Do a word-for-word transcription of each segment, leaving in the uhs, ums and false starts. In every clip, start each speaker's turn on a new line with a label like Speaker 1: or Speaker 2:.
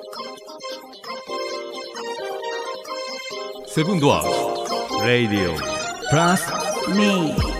Speaker 1: セブンドアーズレイディオ
Speaker 2: プラスミー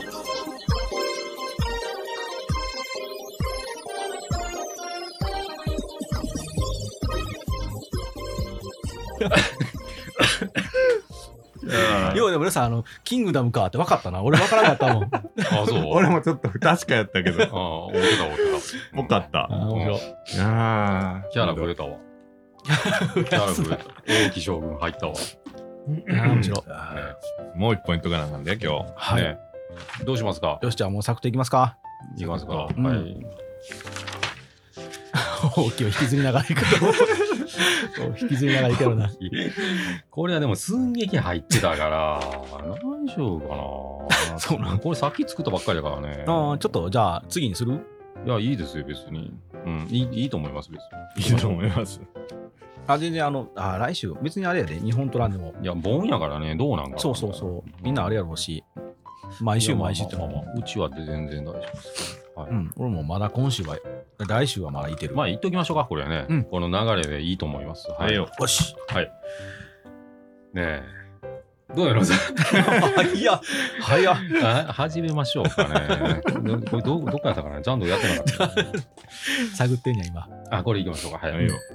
Speaker 2: ようでも皆さんあのキングダムかって分かったな。俺分からなかったもん。
Speaker 1: あ、そう
Speaker 3: 俺もちょっと不確かやったけど。
Speaker 1: ああ、思ってた思ってた。
Speaker 3: 多かった。
Speaker 2: あ面白い。
Speaker 3: ああ。
Speaker 1: キャラくれたわ。キャラくれた。大き将軍入ったわ。
Speaker 2: あ面白い。
Speaker 3: もう一ポイントがなんで今日。
Speaker 2: はい、
Speaker 1: ね、どうしますか。
Speaker 2: よしじゃあもうサクッといきますか。
Speaker 1: いきますか。
Speaker 2: うん、
Speaker 1: はい。
Speaker 2: 大きいを引きずりながらいくと引きずりながらいけるな。
Speaker 1: これはでも寸劇入ってたから何しようかな。
Speaker 2: そうなん
Speaker 1: これさっき作ったばっかりだからね。
Speaker 2: ああちょっとじゃあ次にする。
Speaker 1: いやいいですよ別に。うんいいいいと思います別に。
Speaker 3: いいと思います。
Speaker 2: あ全然あのあ来週別にあれやで日本トランでも。
Speaker 1: いや盆やからねどうなんか。
Speaker 2: そうそうそうみんなあれやろうし毎週毎週ってのも
Speaker 1: うちは全然大丈夫です。はい、
Speaker 2: うん、俺もまだ今週は来週はまだいてる。
Speaker 1: まあ言っときましょうかこれはね、うん、この流れでいいと思います。
Speaker 3: はいよ。
Speaker 2: よし。
Speaker 1: はい。ねえどうやろう。
Speaker 2: いやはや
Speaker 1: 始めましょうかね。これどどっかやったかなちゃんとやってなかった。
Speaker 2: 探ってんや今。
Speaker 1: あこれいきましょうか。はい、
Speaker 3: はいよ。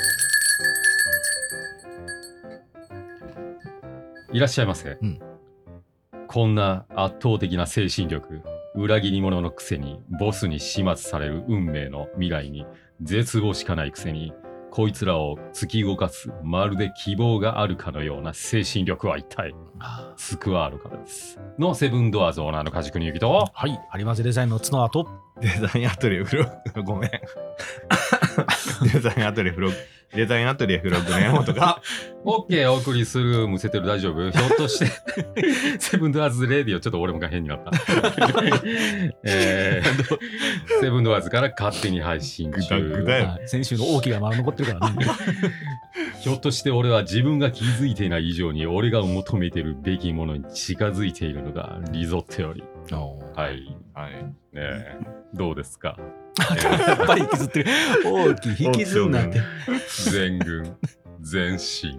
Speaker 1: いらっしゃいませ。うん、こんな圧倒的な精神力。裏切り者のくせにボスに始末される運命の未来に絶望しかないくせにこいつらを突き動かすまるで希望があるかのような精神力は一体スクワールからですのセブンドアーズオーナーの梶国行と
Speaker 2: はい有馬ゼデザインの角と
Speaker 3: デザインアトリエフログごめんデザインアトリエフログデザインアトリエフログの山本が
Speaker 1: OK お送りするむせてる大丈夫ひょっとしてセブンドアーズレディオちょっと俺もが変になった、えー、セブンドアーズから勝手に配信中
Speaker 3: グダグダよ
Speaker 2: 先週の大きがまだ残ってるからね
Speaker 1: ひょっとして俺は自分が気づいていない以上に俺が求めているべきものに近づいているのがリゾテオリはい
Speaker 3: はい
Speaker 1: ねえどうですか
Speaker 2: やっぱり引きずってる大きい引きずるなんて
Speaker 1: 全軍全身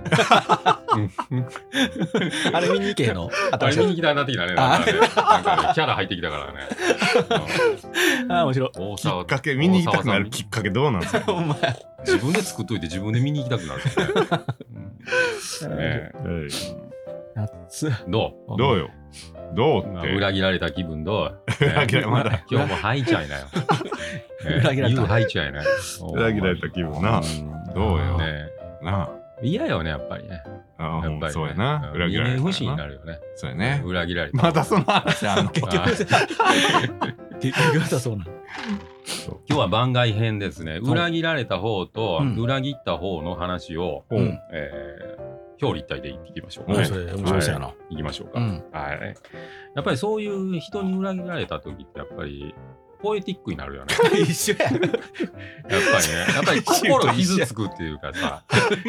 Speaker 2: あれ見に行けへんの
Speaker 1: あれ見に行きたいなってきたねなんかねなんかねキャラ入ってきたからね
Speaker 2: あ面白い
Speaker 3: きっかけ見に行きたくなるきっかけどうなんですか
Speaker 1: 自分で作っといて自分で見に行きたくなるね
Speaker 2: 夏
Speaker 1: ど
Speaker 3: うどうよどうって
Speaker 1: 裏切られた気分どう
Speaker 3: 裏切られまだ
Speaker 1: 今日も吐いちゃいなよ
Speaker 2: 裏切られた
Speaker 1: 吐いちゃいなよ
Speaker 3: 裏切られた気分などうよな
Speaker 1: 嫌よねやっぱりね
Speaker 3: やっぱりそうやな裏切られた
Speaker 1: 人間不信になるよね
Speaker 3: そうやね
Speaker 1: 裏切られた
Speaker 3: またその話あんの
Speaker 2: 結局結局またそうなの
Speaker 1: 今日は番外編ですね裏切られた方と裏切った方の話をえ表裏一体でいきましょう。
Speaker 2: 面白い面白いやな。
Speaker 1: いきましょうか。はい。やっぱりそういう人に裏切られた時ってやっぱりポエティックになるよね。
Speaker 2: 一緒や。やっぱりね、
Speaker 1: やっぱり心傷つくっていうかさ、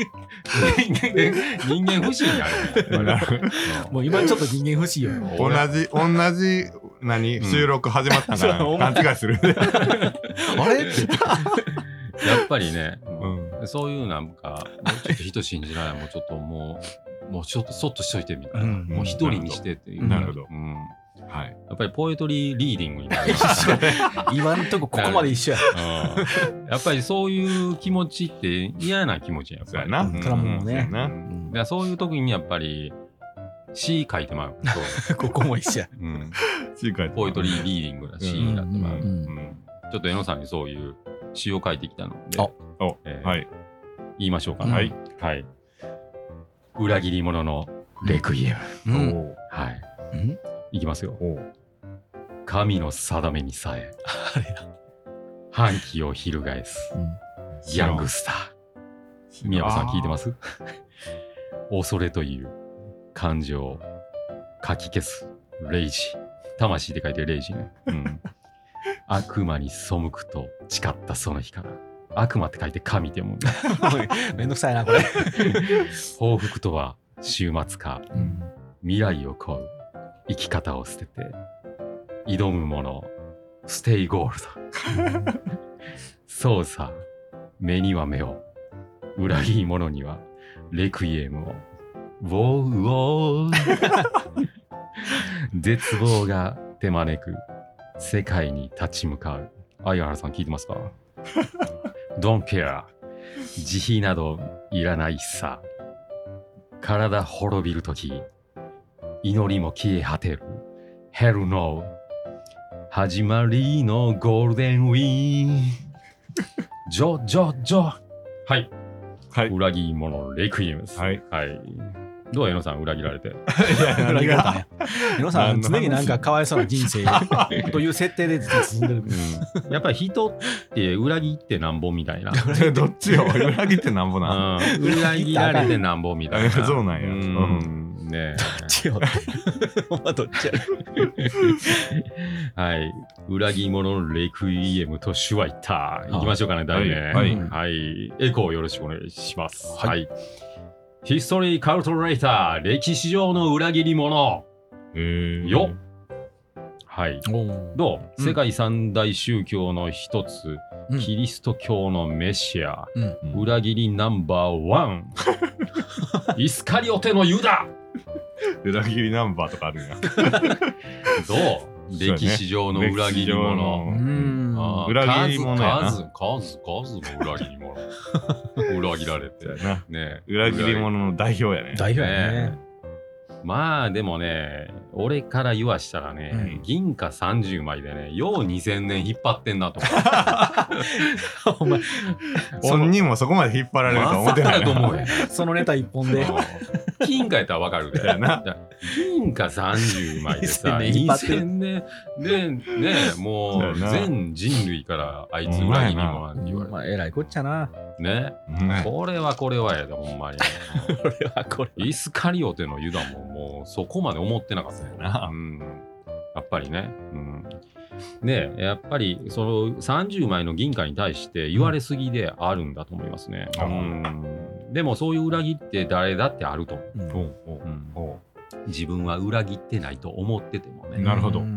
Speaker 1: 人間不信になる。
Speaker 2: もう今ちょっと人間不信よ。
Speaker 3: 同じ同じ何収録始まったから勘違いする。あれって。
Speaker 1: やっぱりね、うん、そういうなんか、もうちょっと人信じない、もうちょっともう、もうちょっとそっとしといてみたいな、うん、もう一人にしてっていう。
Speaker 3: なるほど。
Speaker 1: うんはい、やっぱりポエトリーリーディングになる。
Speaker 2: 今んとこここまで一緒や。
Speaker 1: うん、やっぱりそういう気持ちって嫌な気持ちやっぱり。
Speaker 3: な。
Speaker 2: そらもうね。
Speaker 1: うん、そういう時にやっぱり詩書いてまう。
Speaker 2: ここも一緒や。
Speaker 1: うん、
Speaker 3: 詩書いて
Speaker 1: ポエトリーリーディングな詩になってまう。ちょっと江野さんにそういう詩を書いてきたので、
Speaker 3: おえー、はい、
Speaker 1: 言いましょうか、
Speaker 3: ね。はい。
Speaker 1: はい。裏切り者のレクイエム。うん、はい。うんいきますよ。神の定めにさえ反旗を翻す、うん、ヤングスター。宮部さん聞いてます恐れという感情をかき消すレイジ。魂で書いてレイジね。うん、悪魔に背くと誓ったその日から。悪魔って書いて神って思う、
Speaker 2: ね。めんどくさいなこれ。
Speaker 1: 報復とは終末か、うん、未来を乞う。生き方を捨てて挑むものステイゴールドそうさ目には目を裏切り者にはレクイエムを。ウォーウォー絶望が手招く世界に立ち向かう。相原さん聞いてますか？ Don't care 慈悲などいらないさ。体滅びるとき祈りも消え果てる Hell no 始まりのゴールデンウィーンジョジョジョはい、
Speaker 3: はい、
Speaker 1: 裏切り者レクイエムです。
Speaker 3: はい、
Speaker 1: はい、どう江野さん裏切られて。
Speaker 2: いや裏切られたね。江野さん常になんかかわいそうな人生という設定で進んでる、
Speaker 1: うん、やっぱり人って裏切ってなんぼみたいな。
Speaker 3: どっちよ裏切ってなんぼな、
Speaker 1: うん、裏切られてなんぼみたいな。
Speaker 3: そうなんや。う
Speaker 1: んねえ。
Speaker 2: どっちよお前どっちや
Speaker 1: はい、裏切り者のレクイエムと主は言った。いきましょうかね、題名。
Speaker 3: はい、
Speaker 1: はい、エコーよろしくお願いします。
Speaker 2: はい、
Speaker 1: はい、ヒストリーカルトレーター、歴史上の裏切り者。
Speaker 3: えー、
Speaker 1: よっ。はい。どう、うん、世界三大宗教の一つ、うん、キリスト教のメシア、うん、裏切りナンバーワン、イスカリオテのユダ。
Speaker 3: 裏切りナンバーとかあるんや。
Speaker 1: どう、歴史上の裏切り者。
Speaker 3: うんあ裏切り者やな。
Speaker 1: 数、数、数の裏切り者。裏切られて。ね、
Speaker 3: 裏切り者の代表やね。
Speaker 2: 代表やね。
Speaker 1: ねまあでもね、俺から言わしたらね、うん、銀貨さんじゅうまいでね、ようにせんねん引っ張ってんなと思
Speaker 3: お前、本人もそこまで引っ張られると思ってないな。
Speaker 1: まさかと思うや
Speaker 2: そのネタ一本で。
Speaker 1: 金貨やったらわかるで。銀貨さんじゅうまいでさ、にせんねんでね、もう全人類からあいつ裏切り者なんて言われて。
Speaker 2: まあ、えらいこっちゃな。ね、
Speaker 1: これはこれはやで、ほんまに。
Speaker 2: これはこれ。
Speaker 1: イスカリオテのユダももうそこまで思ってなかったよな。うん、やっぱりね。うん、で、やっぱりそのさんじゅうまいの銀貨に対して言われすぎであるんだと思いますね。うんうん、でもそういう裏切って誰だってあると思う。うん、自分は裏切ってないと思っててもね。
Speaker 3: なるほど。うん、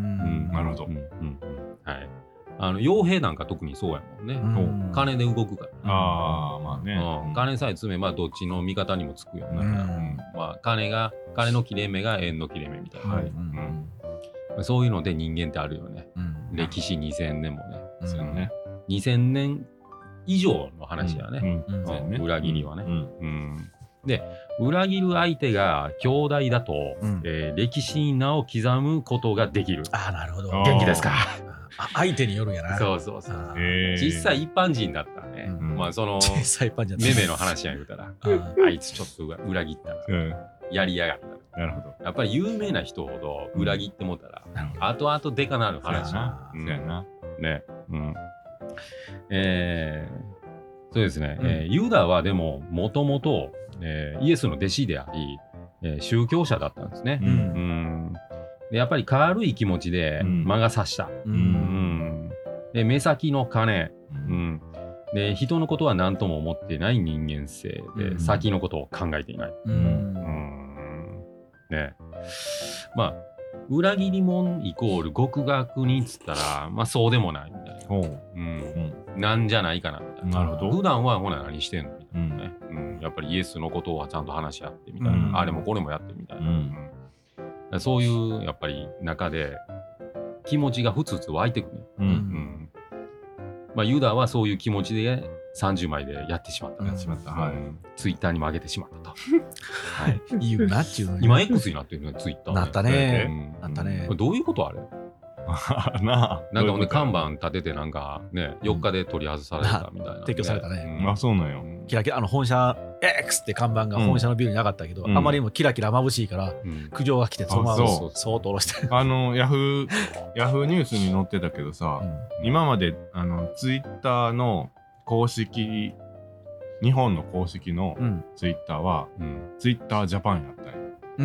Speaker 3: なるほど。うんうん、
Speaker 1: はい。あの傭兵なんか特にそうやもんね。うん、金で動くから、ね。
Speaker 3: ああ、まあね、
Speaker 1: うん。金さえ詰めばどっちの味方にもつくような、うん、まあ金が金の切れ目が円の切れ目みたいな、はいうんうん。そういうので人間ってあるよね。うん、歴史にせんねんもね。うん、ねにせんねん以上の話やね。うんうんうん、裏切りはね、うんうん。で裏切る相手が兄弟だと、うんえー、歴史に名を刻むことができる。
Speaker 2: ああなるほど。
Speaker 1: 元気ですか。
Speaker 2: 相手によるんやな。
Speaker 1: そうそうそう。実際一般人だったらね、うん、まあその
Speaker 2: 小さい一般人
Speaker 1: めめの話や言うたら、あいつちょっと裏切ったら、うん、やりやがったら。なるほど。やっぱり有名な人ほど裏切ってもたら、うん、後々でかなる話な。そうやな。ね。うん。えー、そうですね。うんえー、ユダはでももともとイエスの弟子であり、えー、宗教者だったんですね。うん。うんでやっぱり軽い気持ちで魔が差した、うんうん、で目先の金、うん、で人のことは何とも思っていない人間性で、うん、先のことを考えていない、うんうんね、まあ裏切り者イコール極悪にっつったらまあそうでもないみたいな、うんうん、なんじゃないかなみたいな。なるほど。普段はほな何してんのみたいなね、うんうん、やっぱりイエスのことはちゃんと話し合ってみたいな、うん、あれもこれもやってみたいな、うんそういうやっぱり中で気持ちがふつふつ湧いてくる、ねうんうんまあ、ユダはそういう気持ちでさんじゅうまいでやってしまった、やってしまった、はい、ツイッターにも上げてしまったと、はい、
Speaker 2: 言うなっちゅうの
Speaker 1: 今 X になってるねツイッター、ね、
Speaker 2: なったね、うん、なったね。
Speaker 1: どういうことあれなあなんかほんで看板立ててなんかねよっかで取り外されたみたいな、ね、
Speaker 2: 撤去されたね、
Speaker 3: うん、あそうなんよ、
Speaker 2: キラキラあの本社 X って看板が本社のビルになかったけど、うん、あまりにもキラキラ眩しいから、うん、苦情が来てそのままそーっと下ろして
Speaker 3: あのヤフーヤフーニュースに載ってたけどさ、うん、今まであのツイッターの公式日本の公式のツイッターは、うん、ツイッタージャパンやったんよ。うん、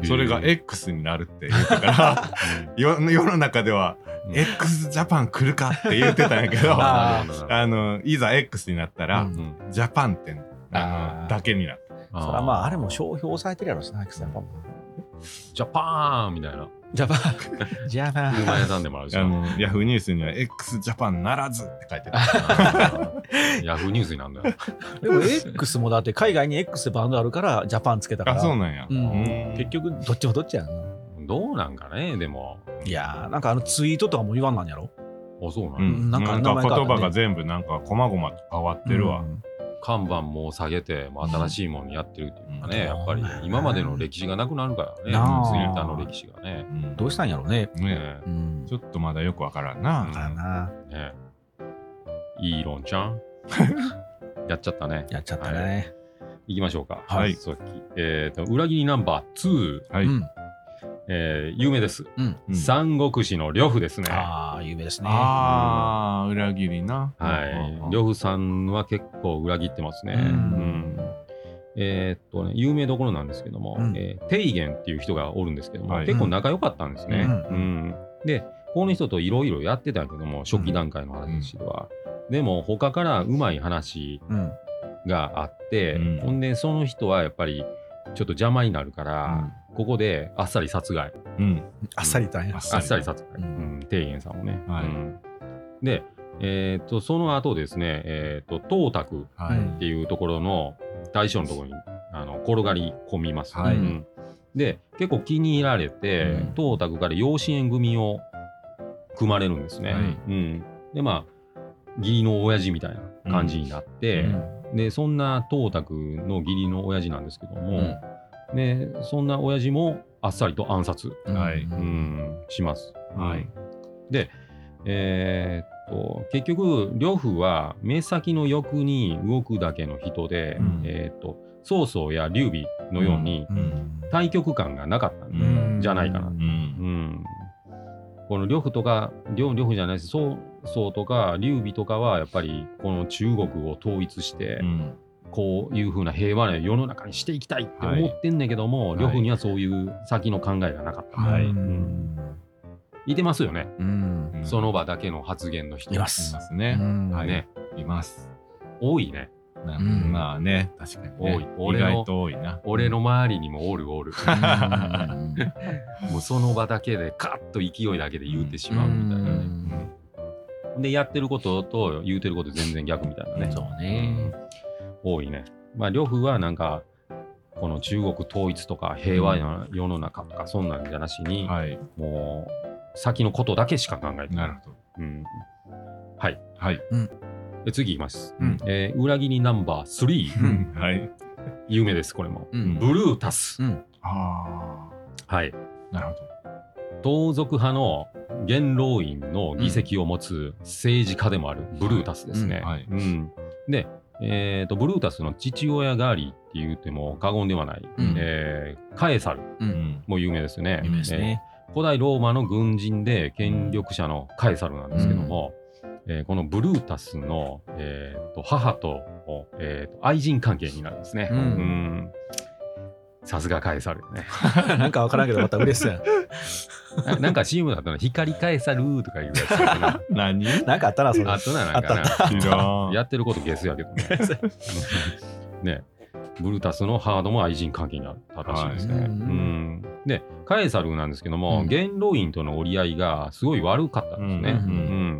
Speaker 3: それが X になるって言ってから世の中では、うん、X ジャパン来るかって言ってたんやけどあのいざ X になったら、うん、ジャパンってあのだけになった。
Speaker 2: それはまああれも商標されてるやろしな X ジャパン
Speaker 1: ジャパンみたいな
Speaker 2: ジャパンジャパン
Speaker 1: 車屋さんでもあるし、
Speaker 3: あのヤフーニュースには X ジャパンならずって書いてた
Speaker 1: ヤフーニュースになるんだよ。
Speaker 2: でも X もだって海外に X バンドあるからジャパンつけたから。
Speaker 3: あ、そうなんや、
Speaker 2: うん、結局どっちもどっちやな。
Speaker 1: どうなんかね。でも
Speaker 2: いやーなんかあのツイートとかも言わんなんやろ。
Speaker 1: あ、そうなの、
Speaker 3: うん、なんかなんか言葉が全部なんかこまごま変わってるわ、うん、
Speaker 1: 看板も下げてもう新しいものやってるっていうかね、うん、やっぱり今までの歴史がなくなるからね、ツイッターの歴史がね、
Speaker 2: うん、どうしたんやろうね。
Speaker 3: ね、うん、ちょっとまだよくわからんな。
Speaker 2: わからんな。
Speaker 1: ね、イーロンちゃんやっちゃったね。
Speaker 2: やっちゃったね。はい、
Speaker 1: 行きましょうか。
Speaker 3: はい。
Speaker 1: さっきえっと裏切りナンバーツー。
Speaker 3: はい。うん
Speaker 1: えー、有名です、うん、三国志の呂布ですね。
Speaker 2: ああ有名ですね。
Speaker 3: ああ、うん、裏切りな。
Speaker 1: はい呂布さんは結構裏切ってますね。うん、うん、えー、っとね有名どころなんですけども、うんえー、テイゲンっていう人がおるんですけども、はい、結構仲良かったんですね。うんうん、でこの人といろいろやってたけども初期段階の話では、うん、でも他からうまい話があって、うん、ほんでその人はやっぱりちょっと邪魔になるから、うん、ここであっさり殺害、
Speaker 2: うん、あっさり大変、
Speaker 1: あっさり殺害、うん、テイゲンさんをね、はいうん、で、えー、とその後ですね、えー、と東卓っていうところの大将のところにあの転がり込みます、はいうん、で結構気に入られて、うん、東卓から養子縁組を組まれるんですね、はいうん、でまあ義理の親父みたいな感じになって、うんうんでそんな東卓の義理の親父なんですけども、うん、でそんな親父もあっさりと暗殺、はいうん、します。はい、で、えー、っと結局呂布は目先の欲に動くだけの人で、うんえー、っと曹操や劉備のように対極感がなかったんじゃないかな。うんうん、この呂布とか呂布じゃないです曹操とか劉備とかはやっぱりこの中国を統一して、うん、こういう風な平和な世の中にしていきたいって思ってんねんけども、はい、呂布にはそういう先の考えがなかった、はいうん、いてますよね、うん、その場だけの発言の人
Speaker 2: います
Speaker 3: いますね、うんはい、ねいます多いね、うん、まあね確かに、ね、多い意外と多いな
Speaker 1: 俺の周りにもおるおるもうその場だけでカッと勢いだけで言うてしまうみたいなね、うんでやってることと言うてること全然逆みたいなね。
Speaker 2: そうね、
Speaker 1: うん、多いね。まあ呂布はなんかこの中国統一とか平和な世の中とかそんなんじゃなしに、うんはい、もう先のことだけしか考えてない。なるほど。うん、はい。はい。うん、で次いきます、うんえー。裏切りナンバースリー。はい。有名ですこれも。うん、ブルータス。うん、ああ。はい。なるほど。盗賊派の元老院の議席を持つ政治家でもあるブルータスですね。うんはいうん、で、えーと、ブルータスの父親代わりって言っても過言ではない、うんえー、カエサルも有名ですね。有名ですね、えー。古代ローマの軍人で権力者のカエサルなんですけども、うんえー、このブルータスの、えー、と母と、えー、と愛人関係になるんですね。うんうんさすがカエサルね。
Speaker 2: なんかわからんけどまた嬉しそうや
Speaker 1: な。なんか シーエム だったの光カエサルとかいうやつやな。
Speaker 3: 何
Speaker 2: なんかあったなそれ。
Speaker 1: あったななんかな。あったあったやってることゲスやけどね。ねブルタスのハードも愛人関係にあったらしいですね。はい、うんでカエサルなんですけども、うん、元老院との折り合いがすごい悪かったんですね。うんうんうん、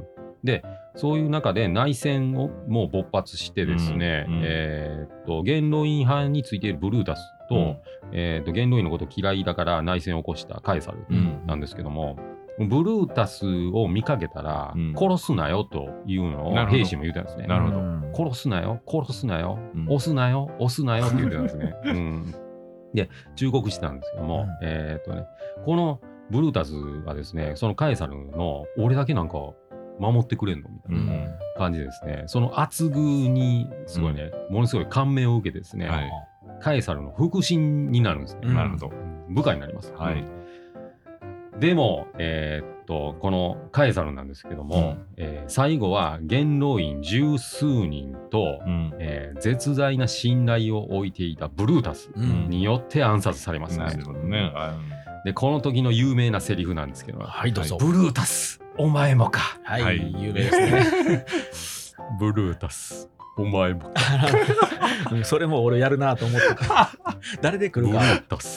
Speaker 1: でそういう中で内戦をもう勃発してですね、うんうんえー、と元老院派についているブルータスと、うんえー、と元老院のこと嫌いだから内戦を起こしたカエサルなんですけども、うん、ブルータスを見かけたら、うん、殺すなよというのを兵士も言ってたんですね。なるほど。殺すなよ殺すなよ、うん、押すなよ押すなよって言ってたんですね。うん、で忠告してたんですけども、うんえーとね、このブルータスはですねそのカエサルの俺だけなんか守ってくれんのみたいな感じでですね、うん、その厚遇にすごいね、うん、ものすごい感銘を受けてですね、はい、カエサルの腹心になるんですね。うん、なるほど。部下になります。はい。うん、でも、えー、っとこのカエサルなんですけども、うんえー、最後は元老院十数人と、うんえー、絶大な信頼を置いていたブルータスによって暗殺されますね。なるほどね。でこの時の有名なセリフなんですけど、
Speaker 2: はいどうぞ。
Speaker 1: ブルータスお前もか。
Speaker 2: はい、はい、有名です
Speaker 1: ね。ブルータスお前もか。
Speaker 2: それも俺やるなと思ってた。誰で来るか。
Speaker 1: ブルータス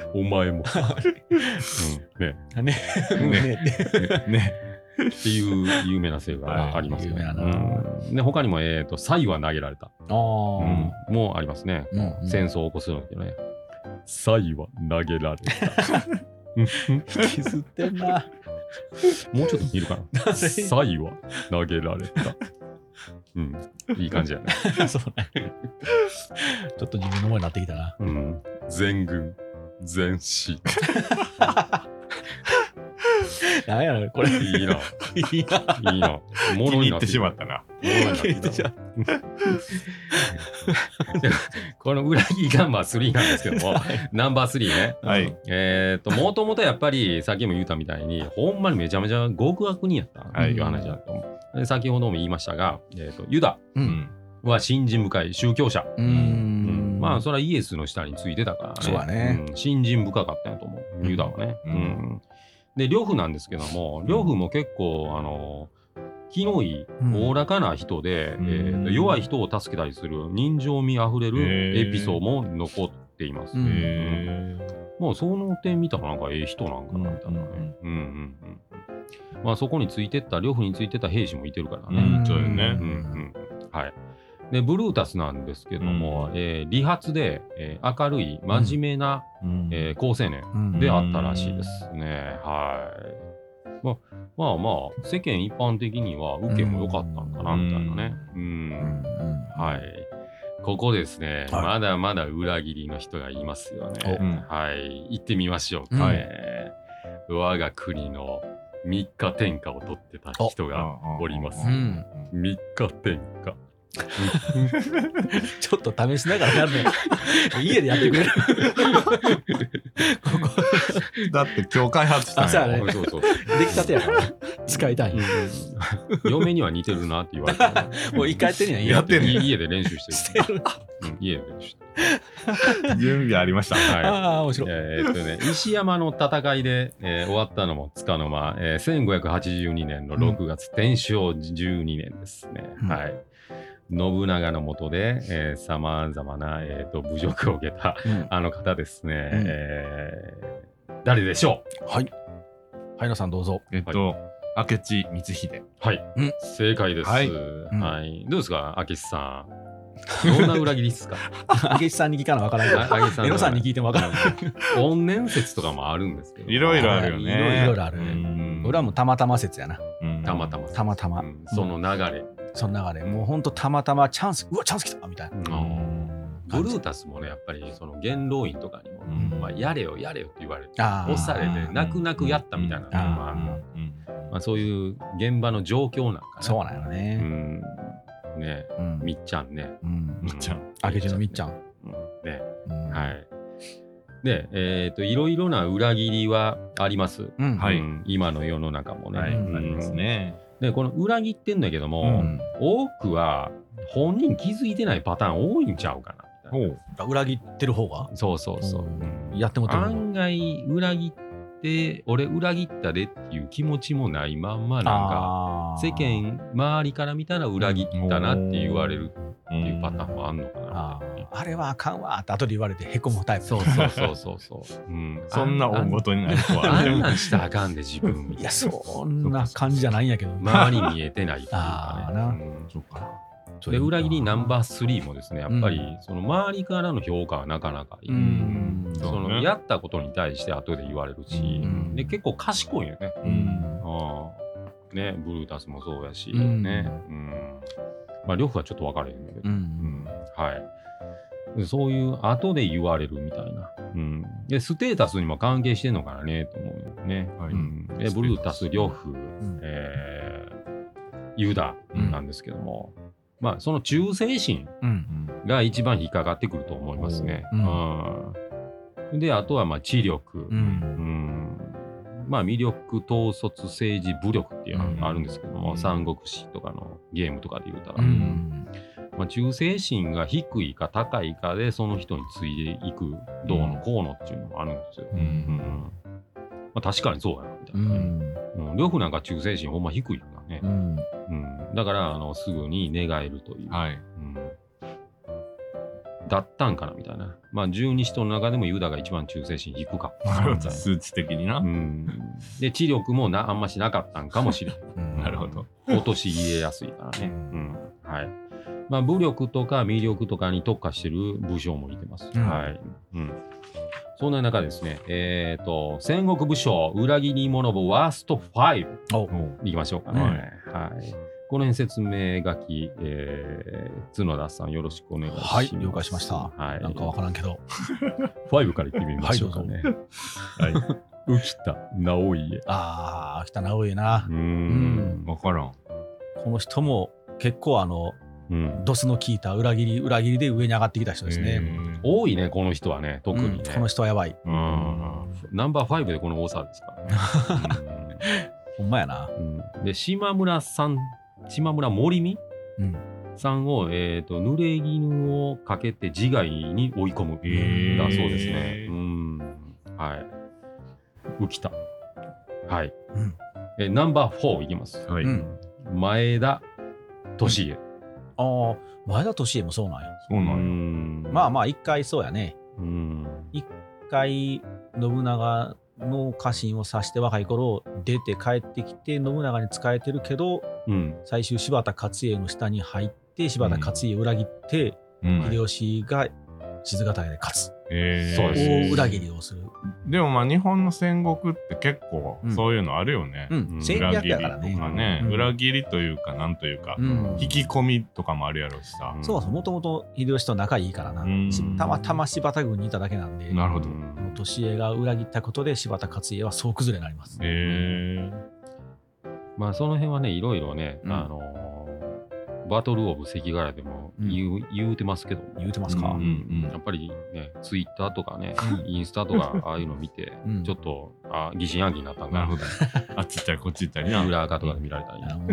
Speaker 1: お前も。うん、ね。
Speaker 2: ね。ね。
Speaker 3: ね。
Speaker 1: っていう有名なセリフがありますよね。うん、で他にも、えーと、サイは投げられた。あうん、もありますね。うんうん、戦争を起こすのけどね。サイは投げられた。
Speaker 2: 引きずってんな。
Speaker 1: もうちょっと見るかな。サイは投げられた。うん、いい感じやね。
Speaker 2: そうね。ちょっと自分のものになってきたな。
Speaker 1: うん、全軍全死。
Speaker 2: なんやろこれ。
Speaker 1: いいな。
Speaker 2: いいな。
Speaker 1: いいな。
Speaker 3: ものになってしまったな。
Speaker 1: ものになってしまった。この裏切りナンバースリーなんですけども、ナンバースリーね。
Speaker 3: はい。
Speaker 1: えっと、もともとやっぱり、さっきも言ったみたいに、ほんまにめちゃめちゃ極悪人やったという話だと思う。で先ほども言いましたが、えーと、ユダは信心深い宗教者。うんうんまあ、それはイエスの下についてたからね。
Speaker 2: そうだね、
Speaker 1: うん。信心深かったんやと思う、ユダはね。うんうんで、呂布なんですけども、呂布も結構、あの、気のいい、おおらかな人で、うんえー、弱い人を助けたりする人情味あふれるエピソードも残っています。うん、もうその点見たらなんかええ人なんかなみたいなね。うんうんうんまあそこについてった、呂布についてた兵士もいてるからね。
Speaker 3: うん、そうよね。うん
Speaker 1: うんはい。で、ブルータスなんですけども、うんえー、理髪で、えー、明るい、真面目な、うんえー、好青年であったらしいですね。うん、はい。まあまあまあ、世間一般的には受けも良かったんかな、みたいなね。うん。うんはい。ここですね、はい、まだまだ裏切りの人がいますよね。うん、はい。行ってみましょうかね。うん、我が国の三日天下を取ってた人がおります。うん、三日天下。
Speaker 2: ちょっと試しながらやるの家でやってくれる
Speaker 3: だって今日開発したんや、
Speaker 2: ね、そうそう出来たてやから使いたい、うん、
Speaker 1: 嫁には似てるなって言われて、ね、
Speaker 2: もう一回やってるんや
Speaker 1: やってる家で練習してるしてる、うん、家で練習して
Speaker 3: る準備ありました、
Speaker 2: はい、ああ面白い
Speaker 1: えー、っとね石山の戦いで、えー、終わったのもつかの間、えー、せんごひゃくはちじゅうにねんのろくがつ、うん、天正じゅうにねんですね、うん、はい信長の下でさまざまな、えー、と侮辱を受けた、うん、あの方ですね、うんえー、誰でしょ
Speaker 2: うはいはいなさんどうぞ
Speaker 3: えっと、はい、明智光秀
Speaker 1: はい、うん、正解です、はいはい、どうですか明智さんどんな裏切りですか
Speaker 2: 明智さんに聞かなわからない明智さんエロさんに聞いてもわからない
Speaker 1: 怨念説とかもあるんですけど
Speaker 3: いろいろあるよね
Speaker 2: いろいろあるね俺はもうたまたま説やな
Speaker 1: たまたま
Speaker 2: たまたま
Speaker 1: その流れ
Speaker 2: その流れもうほんとたまたまチャンスうわチャンス来たみたいな、うん、
Speaker 1: ブルータスもねやっぱりその元老院とかにも、うんまあ、やれよやれよって言われて押されて泣く泣くやったみたいな、うんまあうんまあ、そういう現場の状況なんかな
Speaker 2: そうなんよね、
Speaker 1: うんね、うん、みっちゃんね、
Speaker 2: うん、
Speaker 3: みっちゃん
Speaker 2: 明智のみっちゃん、
Speaker 1: うん、ね、うん、はいで、えーと、いろいろな裏切りはあります、うんはいうん、今の世の中もね、はいうん、ありますねでこの裏切ってんだけども、うん、多くは本人気づいてないパターン多いんちゃうかなみたいな
Speaker 2: 裏切ってる方が
Speaker 1: そうそうそう、
Speaker 2: うん、やってもらってる
Speaker 1: 案外裏切って俺裏切ったでっていう気持ちもないまんまなんか世間周りから見たら裏切ったなって言われるっていうパターンもあんのかなみたいな、
Speaker 2: あ, あれはあかんわって後で言われてへこむタイプ
Speaker 1: そうそうそうそうそう、うん、
Speaker 3: そんな大ごとになる子は
Speaker 1: あんなんしたらあかんで自分
Speaker 2: いやそんな感じじゃないんやけど
Speaker 1: 周りに見えてないっていうかね
Speaker 2: あな、うん、そうか
Speaker 1: で裏切りナンバースリーもですねやっぱり、うん、その周りからの評価はなかなかいい、うんその、ね、やったことに対して後で言われるし、うん、で結構賢いよね、うん、あねブルータスもそうやし、うん、ね、うんまあ呂布はちょっと分かれへんだけど、うんうん、はいそういう後で言われるみたいな、うん、でステータスにも関係してんのかなねと思うよね、はいうん、でブルータス呂布、うんえー、ユダなんですけども、うんまあ、その忠誠心が一番引っかかってくると思いますね。うんうん、で、あとはまあ知力、うんうん、まあ魅力、統率、政治、武力っていうのがあるんですけども、うん、三国志とかのゲームとかで言うたら、うんまあ、忠誠心が低いか高いかでその人についていくどうのこうのっていうのもあるんですよ。うんうんまあ、確かにそうやなみたいなね。うん、呂布なんか忠誠心ほんま低いよね。うんうん、だからあのすぐに寝返るという、はいうん、 だったんかなみたいな。まあ十二使徒の中でもユダが一番忠誠心低かった
Speaker 3: 数値的にな、うん、
Speaker 1: で知力もなあんましなかったんかもしれん
Speaker 3: なるほど。
Speaker 1: 落とし入れやすいからね、うんはい。まあ、武力とか魅力とかに特化してる武将もいてます、うんはいうん、そんな中ですね、えーと戦国武将裏切り者部ワーストファイブいきましょうかね、はいはい。この辺説明書き、えー、角田さんよろしくお願いします。
Speaker 2: はい、了解しました。はい、なんかわからんけど。
Speaker 1: ファイブから言ってみましょうかね。はい。浮田直家。
Speaker 2: ああ、浮田直家な。
Speaker 3: うん、わからん。
Speaker 2: この人も結構あの、うん、ドスの効いた裏切り、裏切りで上に上がってきた人ですね。
Speaker 1: 多いね、この人はね、特にね。
Speaker 2: うん、この人はやばい。うん。
Speaker 1: ナンバーファイブでこの多さですからね。
Speaker 2: ほんまやな。
Speaker 1: うん、で、島村さん。島村森美、うん、さんを、えーと、濡れ衣をかけて自害に追い込むだそうですね。うんはい。浮田。はい。うんえナンバーフォーいきます。はい、うん、前田利家。
Speaker 2: うん、ああ、前田利家もそうなんや。
Speaker 3: そうなんや。
Speaker 2: うんまあまあ、一回そうやね。うん、一回、信長の家臣を刺して若い頃出て帰ってきて信長に仕えてるけど、うん、最終柴田勝家の下に入って柴田勝家を裏切って、うん、秀吉が静ヶ岳で勝つ、えー、そうです裏切りをする。
Speaker 3: でもまあ日本の戦国って結構そういうのあるよね、
Speaker 2: うんうん、戦略やからね。
Speaker 3: 裏切りとかね、うん、裏切りというかなんというか、うん、引き込みとかもあるやろうしさ、
Speaker 2: うん、そうそう、もともと秀吉と仲いいからな、うん、たまたま柴田軍にいただけなんで。
Speaker 3: なるほど。
Speaker 2: 利家が裏切ったことで柴田勝家は総崩れになります。へ
Speaker 1: え。まあその辺はねいろいろね、うん、あのバトルオブ関ヶ原でも言う、うん、言うてますけど、
Speaker 2: 言うてますか、うん
Speaker 1: うんうん、やっぱりねツイッターとかね、うん、インスタとかああいうの見て、うん、ちょっとあ疑心暗鬼になったんだ。
Speaker 3: なるほど。あっち行ったりこっち行ったり
Speaker 1: な裏垢とかで見られたり、
Speaker 2: うん、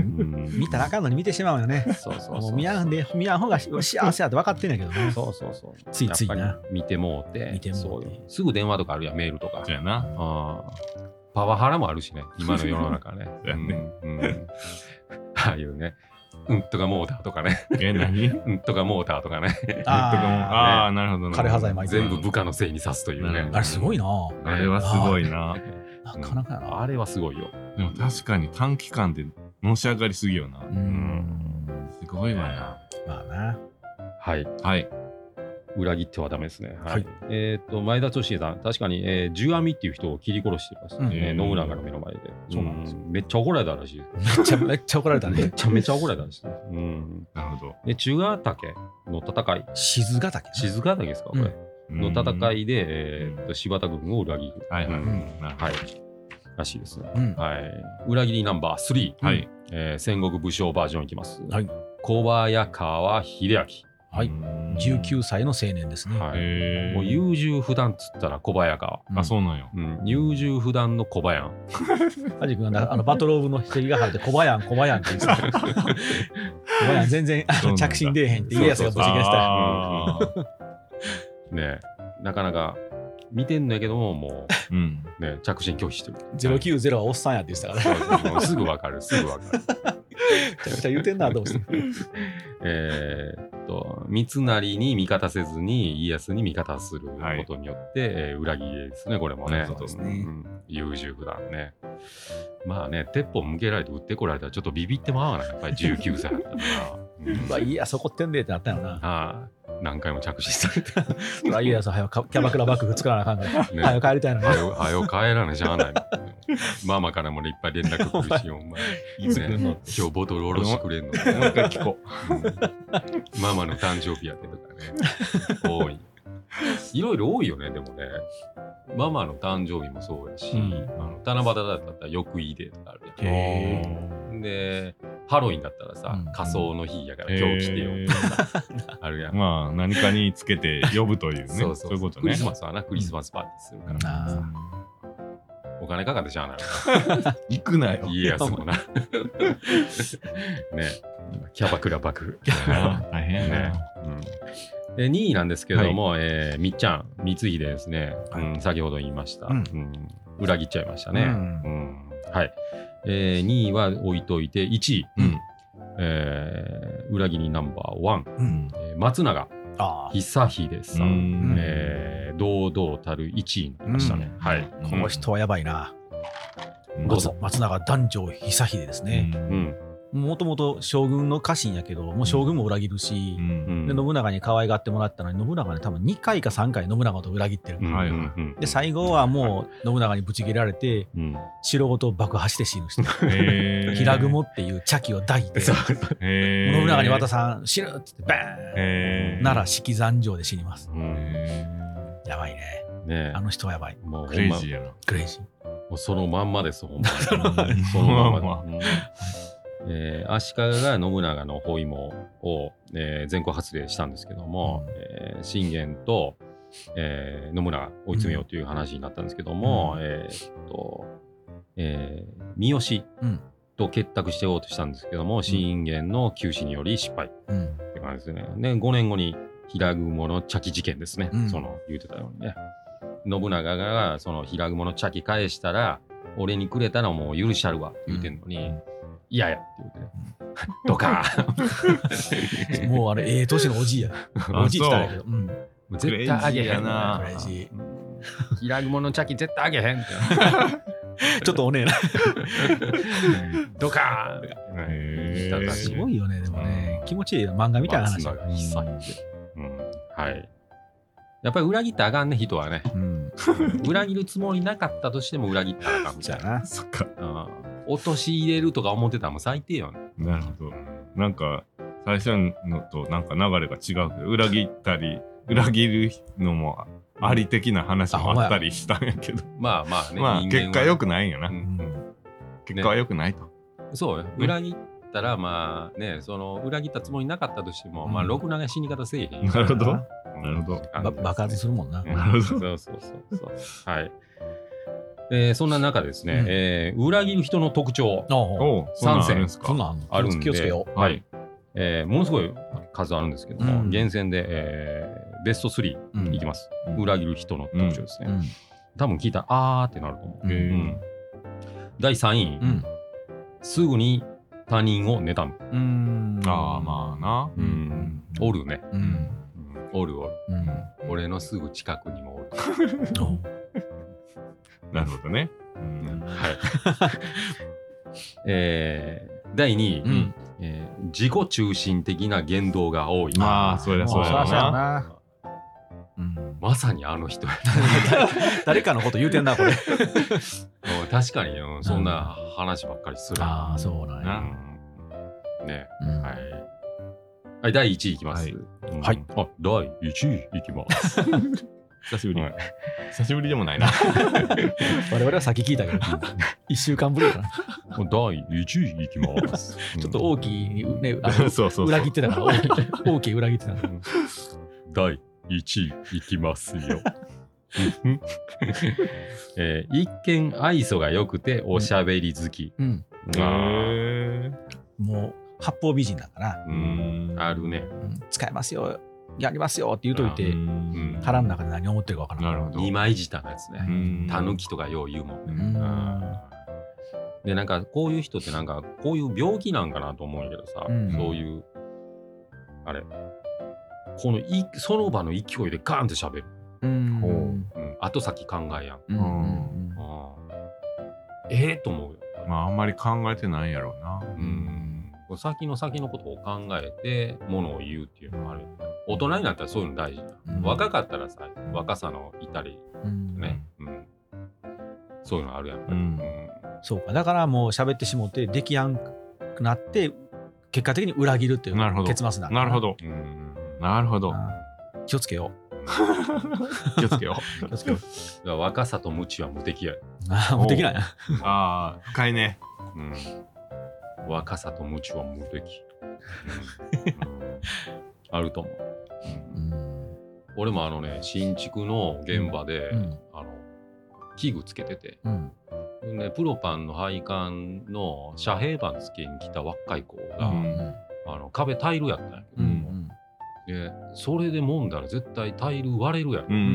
Speaker 2: 見たらあかんのに見てしまうよね。そうそうそう。もう見やんで見やん方が幸せやって分かってんやけどね。
Speaker 1: そうそうそう。
Speaker 2: ついついな
Speaker 1: 見てもうて、
Speaker 2: 見てもうて
Speaker 1: すぐ電話とかあるやん、メールとか。
Speaker 3: そうやな。
Speaker 1: あパワハラもあるしね、今の世の中ね。そうやね。うんうん、ああいうね。うんとかモーターとかね。
Speaker 3: え、何
Speaker 1: うんとかモーターとかね。
Speaker 3: ああ、なるほど。
Speaker 2: 枯葉剤
Speaker 1: 全部部下のせいにさすというね。
Speaker 2: あれすごいな。
Speaker 3: あれはすごいな。
Speaker 2: なかなかやな。
Speaker 1: あれはすごいよ。
Speaker 3: でも確かに短期間でのし上がりすぎよな。うん。すごいわな。
Speaker 2: まあな。
Speaker 1: はい。
Speaker 3: はい。
Speaker 1: 裏切ってはダメですね。はい。えっと、前田利家さん、確かに、えー、十阿弥っていう人を切り殺してます。信長の目の前で。そうなんです。めっちゃ怒られたらしい。
Speaker 2: めっちゃめっちゃ怒られたね。
Speaker 1: めっちゃめちゃ怒られたんですね。うん。
Speaker 3: なるほど。
Speaker 1: で、中ヶ岳の戦い。
Speaker 2: 静ヶ岳。
Speaker 1: 静ヶ岳ですか、これ。の戦いで、えっと、柴田軍を裏切る。
Speaker 3: はいはい。
Speaker 1: はい。らしいですね。はい。裏切りナンバースリー。はい。戦国武将バージョンいきます。はい。小早川秀明。
Speaker 2: はい、じゅうきゅうさいの青年ですね。
Speaker 1: はい、もう優柔不断っつったら小早川。
Speaker 3: あ、そうなんよ。
Speaker 1: うん、優柔不断の小早ん。
Speaker 2: アジ君があのバトルオブの関ヶ原で小早ん小早んって言ってた。小早ん全然着信出えへんって家康がぶち切れ
Speaker 1: した。ねえ、なかなか見てんだけどももう、うん、ね着信拒否してる。
Speaker 2: ゼロきゅうゼロはおっさんやって言ってたから。
Speaker 1: すぐわかるすぐわかる。
Speaker 2: めちゃくちゃ言うてんなと思って。
Speaker 1: えっと三成に味方せずに家康に味方することによって、はいえー、裏切りですねこれもね。
Speaker 2: そうですね。
Speaker 1: うん、優柔不断ね。まあね鉄砲向けられて撃ってこられたらちょっとビビってまうわなやっぱりじゅうきゅうさいだったから。
Speaker 2: うわ、いやそこってんでってなったよな。あ
Speaker 1: あ何回も着信されて。
Speaker 2: うわ、家康はよキャバクラ幕府作らなあかんから。ね、はよ帰りたいのに。
Speaker 1: はよはよ帰らなしゃあない。ママからもいっぱい連絡来るし、お前。いつ来るの、ね、今日ボトルおろしてくれんの。もう一回聞こう、うん。ママの誕生日やってとかね。多い。いろいろ多いよね、でもね。ママの誕生日もそうやし、うん、あの七夕だったら翌いでとかあるやん。で、ハロウィンだったらさ、うん、仮装の日やから今日来てよとかあるやん。
Speaker 3: まあ何かにつけて呼ぶというね。そうそうそういうことね。
Speaker 1: クリスマスはな、クリスマスパーティーするからさ。うんお金かかってしゃあない
Speaker 3: 行くなよ
Speaker 1: 家康もなねキャバクラ幕府
Speaker 3: 大変ね、
Speaker 1: うん、でにいなんですけども、はいえー、みっちゃん光秀ですね、はいうん、先ほど言いました、うんうん、裏切っちゃいましたね、うんうん、はい、えー、にいは置いといていちい、うんえー、裏切りナンバーワン、うんえー、松永久秀さん、えー、堂々たるいちいになりましたね。はい、
Speaker 2: この人はやばいな。松, 松永弾正久秀ですね。もともと将軍の家臣やけど、もう将軍も裏切るし、うん、で信長に可愛がってもらったのに、信長ね多分にかいかさんかい信長と裏切ってる、うん、で最後はもう信長にぶち切られて、うん、城ごと爆破して死ぬ人、平雲っていう茶器を抱いて信長に渡さん死ぬっつってバーン奈良式山城で死にます。やばい ね, ねあの人はやばい。
Speaker 3: もうクレイジーやな。
Speaker 2: クレイジー
Speaker 1: もうそのまんまですほんまにそのまんま、うんえー、足利が信長の包囲網を、えー、全国発令したんですけども、うんえー、信玄と、えー、信長追い詰めようという話になったんですけども、うんえーっとえー、三好と結託してようとしたんですけども、うん、信玄の急死により失敗って感じですね。でごねんごに平雲の茶器事件ですね、うん、その言うてたようにね、信長がその平雲の茶器返したら俺にくれたらもう許しちゃるわって言うてんのに、うんいやいやって言うてね。ドカ
Speaker 2: ーもうあれ、ええ年のおじいや。おじいって言ったんやけど。うん、
Speaker 1: 絶対あげへんな。平雲の茶器絶対あげへんって。
Speaker 2: ちょっとおねえな。
Speaker 1: ドカ
Speaker 2: ーンすごいよね、でもね。気持ちいいよ。漫画みたいな話。
Speaker 1: はい。やっぱり裏切ったらあかんね、人はね。うん、裏切るつもりなかったとしても裏切ったらあかんみたいな。
Speaker 3: そっか。
Speaker 1: 落とし入れるとか思ってたらもう最低よね。
Speaker 3: なるほど。なんか最初のとなんか流れが違うけど、裏切ったり裏切るのもあり的な話もあったりしたんやけど、
Speaker 1: まあまあね、
Speaker 3: まあ結果良くないんやな、うんうん、結果は良くないと、ね、
Speaker 1: そうよ。裏切ったらまあね、その裏切ったつもりなかったとしても、うん、まあろくな死に方せえへん。
Speaker 3: なるほど、なるほど。
Speaker 2: 爆発するもんな。
Speaker 3: なるほど。
Speaker 1: そうそうそうそう。はい。えー、そんな中ですね、うんえー、裏切る人の特徴さんせんあるんで、
Speaker 2: 気をつけよう、
Speaker 1: はいえー、ものすごい数あるんですけども、うん、厳選で、えー、ベストスリーいきます、うん、裏切る人の特徴ですね、うん、多分聞いたらあーってなると思う、うんうん、だいさんい、うん、すぐに他人を妬む。う
Speaker 3: んああまあな、うん、
Speaker 1: おるね、うんうん、おるおる、うん、俺のすぐ近くにもおる
Speaker 3: なるほどね。うん、はい。
Speaker 1: えー、だいにい、うんえー、自己中心的な言動が多い。
Speaker 3: まあ、そりゃそうやな。
Speaker 1: うん、まさにあの人
Speaker 2: 誰かのこと言うてんなこれ
Speaker 1: 確かに、うん、そんな話ばっかりする、
Speaker 2: うん、ああそうなんや、
Speaker 1: うん、ね、うん、はい、はい、だいいちいいきます、はいうんはい、あだいいちいいきます
Speaker 3: 久しぶり、はい、久しぶりでもないな
Speaker 2: 我々は先聞いたけどいっしゅうかんぶりかな
Speaker 1: だいいちいいきます
Speaker 2: ちょっと大きいね、あのそうそうそう裏切ってたから大きい大きい裏切ってたから
Speaker 1: だいいちいいきますよ、えー、一見愛想が良くておしゃべり好き、うんうん、
Speaker 2: あもう八方美人だから
Speaker 1: うんあるね、
Speaker 2: うん、使えますよやりますよって言うといて、うん、腹の中で何思ってるか分からない。
Speaker 1: なるほど。二枚舌のやつね。たぬきとかよう言うもんね。うんで、なんかこういう人ってなんかこういう病気なんかなと思うんやけどさ、うん、そういう、あれ、このいその場の勢いでガーンって喋る。うん、うん、後先考えやん。うんうん、ええー、と思うよ。
Speaker 3: まああんまり考えてないやろうな。
Speaker 1: うん先の先のことを考えてものを言うっていうのもある。大人になったらそういうの大事だ、うん、若かったらさ若さのいたり、うん、ね、うん、そういうのあるやんぱり、うんうん、
Speaker 2: そうかだからもう喋ってしもってできやんくなって結果的に裏切るっていう結末だ
Speaker 3: なるほど、うん、なるほど
Speaker 2: 気をつけよ
Speaker 3: う気をつけよ
Speaker 2: う気をつけよ
Speaker 1: う若さと無知は無敵や
Speaker 2: ああ無敵なんや
Speaker 3: ああ深いね、
Speaker 1: うん若さと無知は無敵、うんうん、あると思う、うん、俺もあのね新築の現場で、うん、あの器具つけてて、うん、でプロパンの配管の遮蔽板つけに来た若い子が、うん、あの壁タイルやったんやけど、うん、でそれで揉んだら絶対タイル割れるやん、うんうん、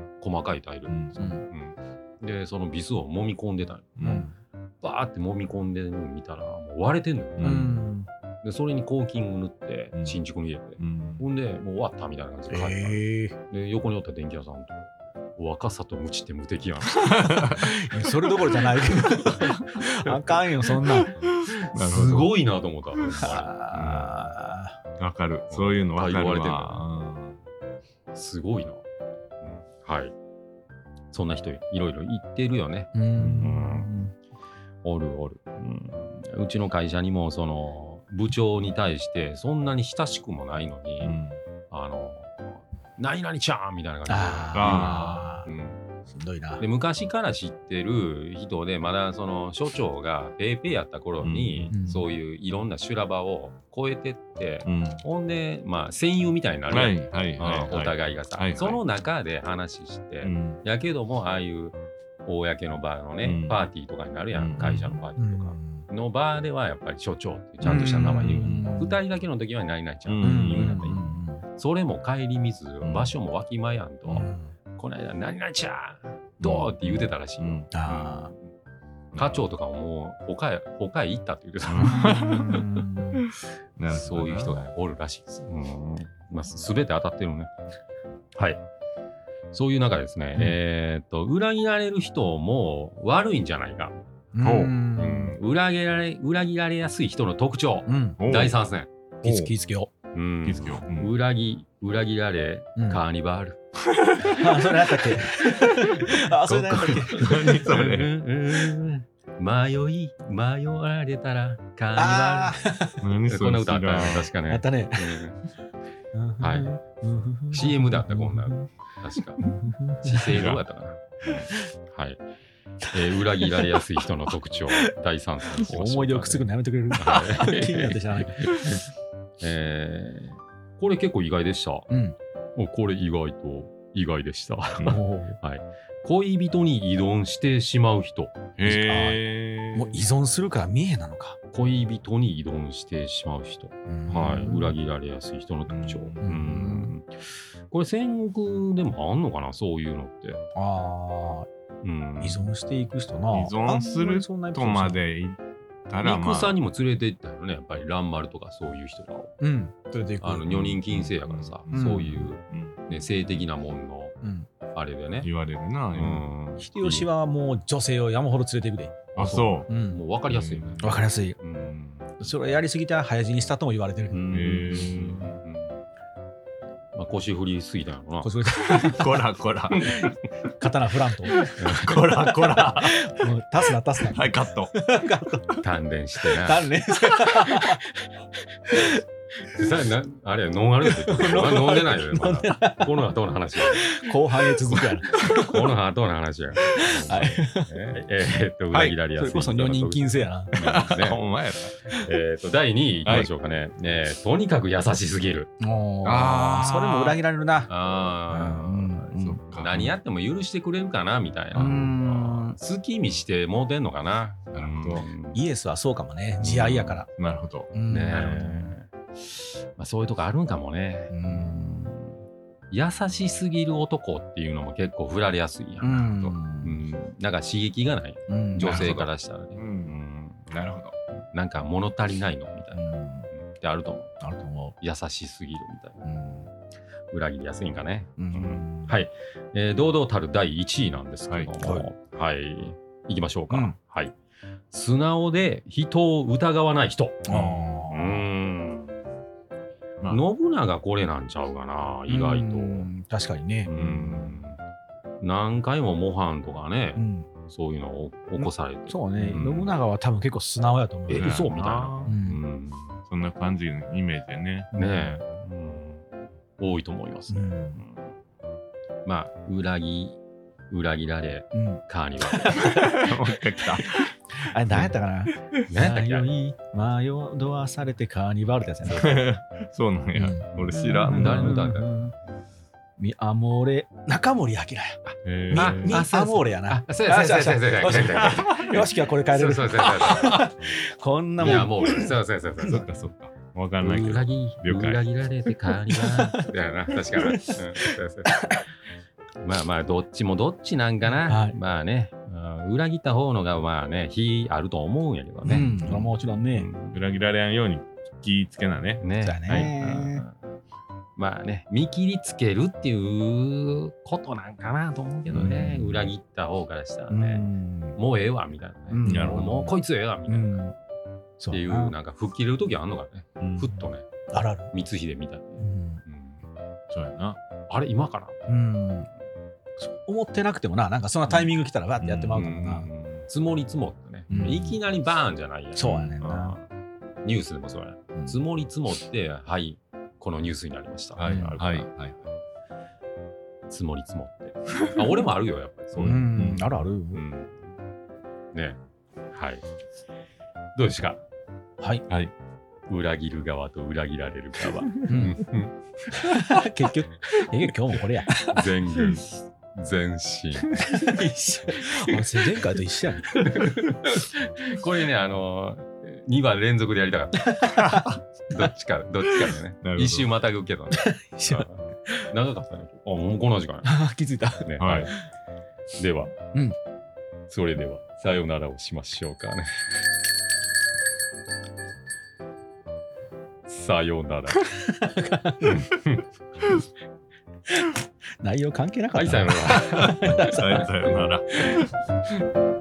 Speaker 1: 細かいタイル、うんうん、でそのビスを揉み込んでたんや、うんバーって揉み込んでるの見たらもう割れてんのよ、うん、 でそれにコーキング塗って新築に入れて、うん、ほんでもう終わったみたいな感じで帰った、えー、で横におった電気屋さんと若さと無知って無敵やん
Speaker 2: それどころじゃないけどあかんよそんな
Speaker 1: すごいなと思った
Speaker 3: わかるそういうの分かるわ、
Speaker 1: うん、すごいな、うん、はいそんな人いろいろ言ってるよねうん、うん、おるおる、うん、うちの会社にもその部長に対してそんなに親しくもないのに、うん、あの何々ちゃんみたいな感じであ、うん、しんどいなで昔から知ってる人でまだその所長がペーペーやった頃に、うん、そういういろんな修羅場を越えてって、うん、ほんでまあ戦友みたいになる、はいはいはいはい、お互いがさ、はいはい、その中で話して、うん、やけどもああいう公の場のね、うん、パーティーとかになるやん、うん、会社のパーティーとか、うん、の場ではやっぱり所長ってちゃんとした名前言う、うん、ふたりだけの時は何々ちゃんって言うんだったらいい、それも顧みず、うん、場所もわきまやんと、うん、この間何々ちゃんどうって言うてたらしい、うん、あ課長とかももう他へ他へ行ったって言ってた、うん、そういう人がおるらしいです、うんまあ、全て当たってるねはいそういう中ですね、うん、えー、っと裏切られる人も悪いんじゃないか、うん、裏切られ裏切られやすい人の特徴、うん、だいさん戦
Speaker 2: 気づきづけよ
Speaker 1: うん、うん、裏切裏切られ、うん、カーニバール
Speaker 2: あそれあったっけあそれ何だっけ何それ
Speaker 1: 迷い迷われたらカーニバールこんな歌あったね確かね
Speaker 2: あったね、
Speaker 1: うん、はい シーエム だったこんな確か姿勢どうだったかなはい、えー、裏切られやすい人の特徴だいさん戦
Speaker 2: 思い出をくすぐのやめてくれる気になってしゃあない
Speaker 1: えー、これ結構意外でした、うん、これ意外と意外でした、はい、恋人に依存してしまう人
Speaker 2: へもう依存するから見えなのか
Speaker 1: 恋人に依存してしまう人、はい、裏切られやすい人の特徴、うんうんこれ戦国でもあんのかなそういうのって
Speaker 2: あ、うん、依存していく人な
Speaker 3: 依存するとまでいったら
Speaker 1: まあ戦にも連れて行ったよねやっぱり蘭丸とかそういう人がうん連れて行くあの女人禁制やからさ、うん、そういう、ね、性的なもんの、うん、あれでね
Speaker 3: 言われるな、うん、
Speaker 2: 秀吉はもう女性を山ほど連れていくで
Speaker 3: あそう、
Speaker 1: うん、もう分かりやすいよね、
Speaker 2: うん、分かりやすい、うん、それやりすぎたら早死にしたとも言われてる、うん、へー
Speaker 1: まあ、腰振りすぎたよな。
Speaker 3: 腰振りこらこら。
Speaker 2: 刀フラント。
Speaker 3: こらこら。
Speaker 2: タスなタスな。
Speaker 3: はい、カット。カ
Speaker 1: ット。鍛錬してな。
Speaker 2: 鍛錬
Speaker 1: なあれノンアルコール飲んでないよね、まだ。この後の話や。
Speaker 2: 後半へ続くやな。
Speaker 1: この後の話や。はい。えっと、裏切られやすい。
Speaker 2: それこそ女人禁制やな。
Speaker 1: お前ら。えっと、だいにい行きましょうかね。とにかく優しすぎる。
Speaker 2: ああ、それも裏切られるな。
Speaker 1: ああ、何やっても許してくれるかなみたいな。好き見してもうてんのかな。
Speaker 2: なるほど。イエスはそうかもね。慈愛やから。
Speaker 3: なるほど。
Speaker 1: ね。まあ、そういうとこあるんかもね。うん優しすぎる男っていうのも結構振られやすいやん。うんうんなんか刺激がない。うん女性からしたらね。
Speaker 3: うんうん、なるほど。
Speaker 1: なんか物足りないのみたいな。うん、ってあると思う。
Speaker 2: あると思う。
Speaker 1: 優しすぎるみたいな。うん、裏切りやすいんかね。うん、はい、えー。堂々たるだいいちいなんですけども。はい。はい、いきましょうか。うん、はい。素直で人を疑わない人。あうんまあ、信長これなんちゃうかな意外と
Speaker 2: 確かにねうん
Speaker 1: 何回も模範とかね、うん、そういうのを起こされて
Speaker 2: そうね、うん、信長は多分結構素直やと思う
Speaker 1: え嘘みたいな、うん、
Speaker 3: そんな感じのイメージでね
Speaker 1: ねえ、うん、多いと思いますね、うんうん、まあ裏切裏切られ、うん、カーニバルもう一回来た
Speaker 2: あれ何やったかな迷い惑わされてカーニバルってやつや
Speaker 3: ねそうなんや、うん、俺知らん
Speaker 1: 誰の歌だ
Speaker 2: ミアモーレ中森明やミアモーレやな
Speaker 1: そうやそうやそうやそう
Speaker 2: やよしきはこれ変えれる
Speaker 1: そうそうそうそう
Speaker 2: こんなもん
Speaker 1: ミアモーレそうそうそうそう
Speaker 3: そっかそっかわかんないけど
Speaker 1: 裏切裏切られてカーニバルだよな確かに、うん、そうそうまあまあどっちもどっちなんかな、はい、まあね裏切った方のがまあね非あると思うんやけどね、
Speaker 2: うん、もちろんね、
Speaker 3: うん、裏切られんように気きつけなね。
Speaker 1: ね。
Speaker 2: そうだね。
Speaker 1: まあね、見切りつけるっていうことなんかなと思うけどね、裏切った方からしたらね、もうええわみたいなね、もうこいつええわみたいな。っていう、なんか吹っ切れる時あんのかね、ふっとね、
Speaker 2: あらる。
Speaker 1: 光秀みたいな。
Speaker 3: そうやな。
Speaker 1: あれ、今から。
Speaker 2: 思ってなくてもな、なんかそんなタイミング来たらわってやってまうかもな。
Speaker 1: 積もり積もってね、いきなりバーンじゃないやん。
Speaker 2: そうやねんな。
Speaker 1: ニュースでもそうや。積もり積もって、はい。このニュースになりました。
Speaker 3: はい、はい、はい。
Speaker 1: 積もり積もって。あ、俺もあるよ、やっぱり。そういう。
Speaker 2: うん、あるある。うん。
Speaker 1: ね。はい。どうですか？
Speaker 2: はい。
Speaker 1: はい。裏切る側と裏切られる側。
Speaker 2: 結局、結局今日もこれや。
Speaker 1: 全軍、全身。
Speaker 2: 一緒。前回と一緒やね。
Speaker 1: これね、あの、にわ連続でやりたかった。どっちか、どっちかでね。一周またぐけどね。長かったね。あ、もうこの時間。
Speaker 2: 気づいた。
Speaker 1: ね。はい。では、うん。それでは、さよならをしましょうかね。さよなら。
Speaker 2: 内容関係なかった。
Speaker 1: はい、さよなら。
Speaker 3: さよなら。